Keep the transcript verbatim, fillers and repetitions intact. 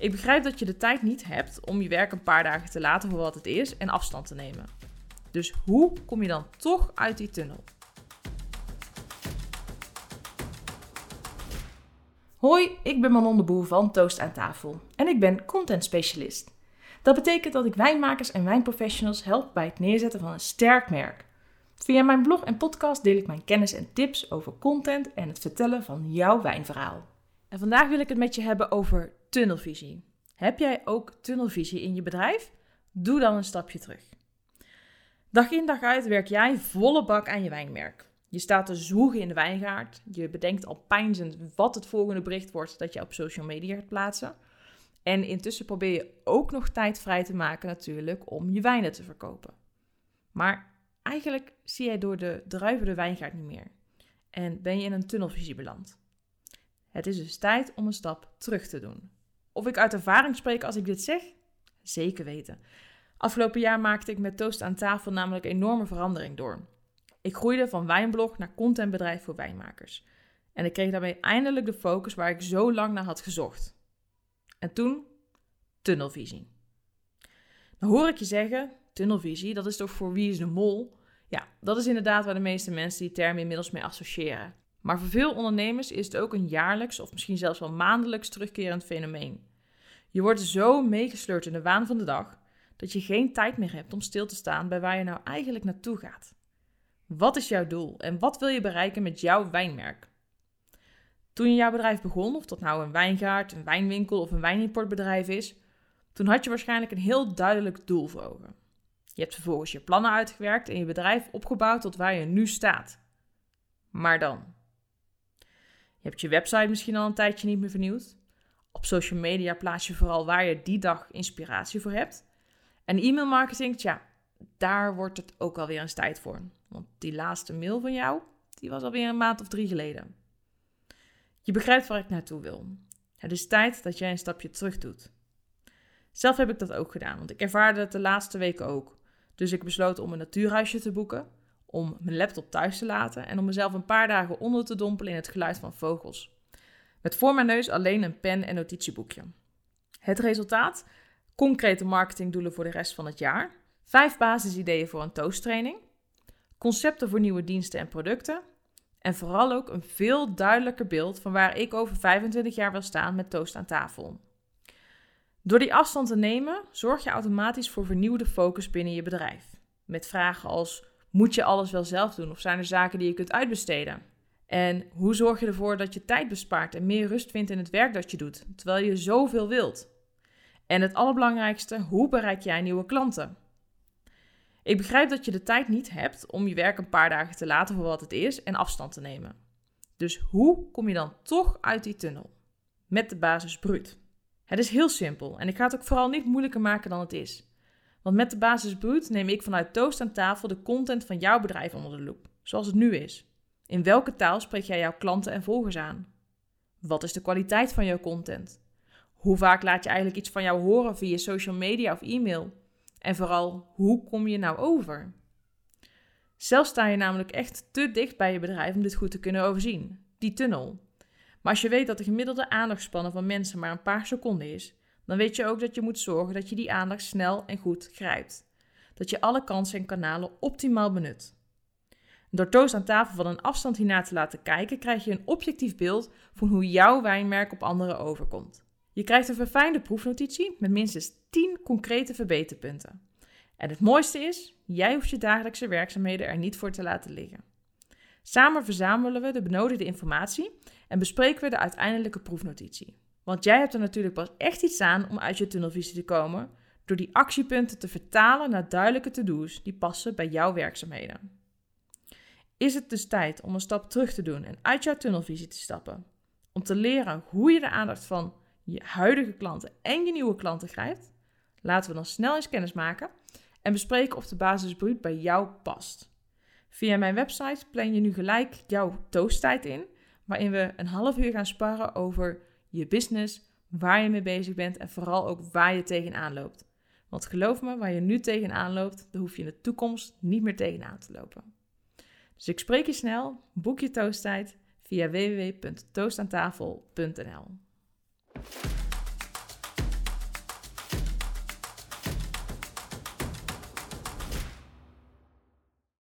Ik begrijp dat je de tijd niet hebt om je werk een paar dagen te laten voor wat het is en afstand te nemen. Dus hoe kom je dan toch uit die tunnel? Hoi, ik ben Manon de Boer van Toast aan Tafel en ik ben content specialist. Dat betekent dat ik wijnmakers en wijnprofessionals help bij het neerzetten van een sterk merk. Via mijn blog en podcast deel ik mijn kennis en tips over content en het vertellen van jouw wijnverhaal. En vandaag wil ik het met je hebben over tunnelvisie. Heb jij ook tunnelvisie in je bedrijf? Doe dan een stapje terug. Dag in dag uit werk jij volle bak aan je wijnmerk. Je staat te zwoegen in de wijngaard. Je bedenkt al peinzend wat het volgende bericht wordt dat je op social media gaat plaatsen. En intussen probeer je ook nog tijd vrij te maken natuurlijk om je wijnen te verkopen. Maar eigenlijk zie jij door de druiven de wijngaard niet meer. En ben je in een tunnelvisie beland. Het is dus tijd om een stap terug te doen. Of ik uit ervaring spreek als ik dit zeg? Zeker weten. Afgelopen jaar maakte ik met Toast aan Tafel namelijk een enorme verandering door. Ik groeide van wijnblog naar contentbedrijf voor wijnmakers. En ik kreeg daarmee eindelijk de focus waar ik zo lang naar had gezocht. En toen, tunnelvisie. Dan hoor ik je zeggen, tunnelvisie, dat is toch voor Wie is de Mol? Ja, dat is inderdaad waar de meeste mensen die term inmiddels mee associëren. Maar voor veel ondernemers is het ook een jaarlijks of misschien zelfs wel maandelijks terugkerend fenomeen. Je wordt zo meegesleurd in de waan van de dag dat je geen tijd meer hebt om stil te staan bij waar je nou eigenlijk naartoe gaat. Wat is jouw doel en wat wil je bereiken met jouw wijnmerk? Toen je jouw bedrijf begon, of dat nou een wijngaard, een wijnwinkel of een wijnimportbedrijf is, toen had je waarschijnlijk een heel duidelijk doel voor ogen. Je hebt vervolgens je plannen uitgewerkt en je bedrijf opgebouwd tot waar je nu staat. Maar dan? Je hebt je website misschien al een tijdje niet meer vernieuwd. Op social media plaats je vooral waar je die dag inspiratie voor hebt. En e-mailmarketing, tja, daar wordt het ook alweer eens tijd voor. Want die laatste mail van jou, die was alweer een maand of drie geleden. Je begrijpt waar ik naartoe wil. Het is tijd dat jij een stapje terug doet. Zelf heb ik dat ook gedaan, want ik ervaarde het de laatste weken ook. Dus ik besloot om een natuurhuisje te boeken, om mijn laptop thuis te laten en om mezelf een paar dagen onder te dompelen in het geluid van vogels. Met voor mijn neus alleen een pen en notitieboekje. Het resultaat? Concrete marketingdoelen voor de rest van het jaar. Vijf basisideeën voor een toasttraining. Concepten voor nieuwe diensten en producten. En vooral ook een veel duidelijker beeld van waar ik over vijfentwintig jaar wil staan met Toast aan Tafel. Door die afstand te nemen, zorg je automatisch voor vernieuwde focus binnen je bedrijf. Met vragen als, moet je alles wel zelf doen of zijn er zaken die je kunt uitbesteden? En hoe zorg je ervoor dat je tijd bespaart en meer rust vindt in het werk dat je doet, terwijl je zoveel wilt? En het allerbelangrijkste, hoe bereik jij nieuwe klanten? Ik begrijp dat je de tijd niet hebt om je werk een paar dagen te laten voor wat het is en afstand te nemen. Dus hoe kom je dan toch uit die tunnel? Met de basis bruut. Het is heel simpel en ik ga het ook vooral niet moeilijker maken dan het is. Want met de basis bruut neem ik vanuit Toast aan Tafel de content van jouw bedrijf onder de loep, zoals het nu is. In welke taal spreek jij jouw klanten en volgers aan? Wat is de kwaliteit van jouw content? Hoe vaak laat je eigenlijk iets van jou horen via social media of e-mail? En vooral, hoe kom je nou over? Zelf sta je namelijk echt te dicht bij je bedrijf om dit goed te kunnen overzien. Die tunnel. Maar als je weet dat de gemiddelde aandachtspannen van mensen maar een paar seconden is, dan weet je ook dat je moet zorgen dat je die aandacht snel en goed grijpt. Dat je alle kansen en kanalen optimaal benut. Door Toast aan Tafel van een afstand hiernaar te laten kijken, krijg je een objectief beeld van hoe jouw wijnmerk op anderen overkomt. Je krijgt een verfijnde proefnotitie met minstens tien concrete verbeterpunten. En het mooiste is, jij hoeft je dagelijkse werkzaamheden er niet voor te laten liggen. Samen verzamelen we de benodigde informatie en bespreken we de uiteindelijke proefnotitie. Want jij hebt er natuurlijk pas echt iets aan om uit je tunnelvisie te komen, door die actiepunten te vertalen naar duidelijke to-do's die passen bij jouw werkzaamheden. Is het dus tijd om een stap terug te doen en uit jouw tunnelvisie te stappen? Om te leren hoe je de aandacht van je huidige klanten en je nieuwe klanten grijpt? Laten we dan snel eens kennis maken en bespreken of de basis bruut bij jou past. Via mijn website plan je nu gelijk jouw toasttijd in, waarin we een half uur gaan sparren over je business, waar je mee bezig bent en vooral ook waar je tegenaan loopt. Want geloof me, waar je nu tegenaan loopt, daar hoef je in de toekomst niet meer tegenaan te lopen. Dus ik spreek je snel, boek je toasttijd via w w w punt toast aan tafel punt n l.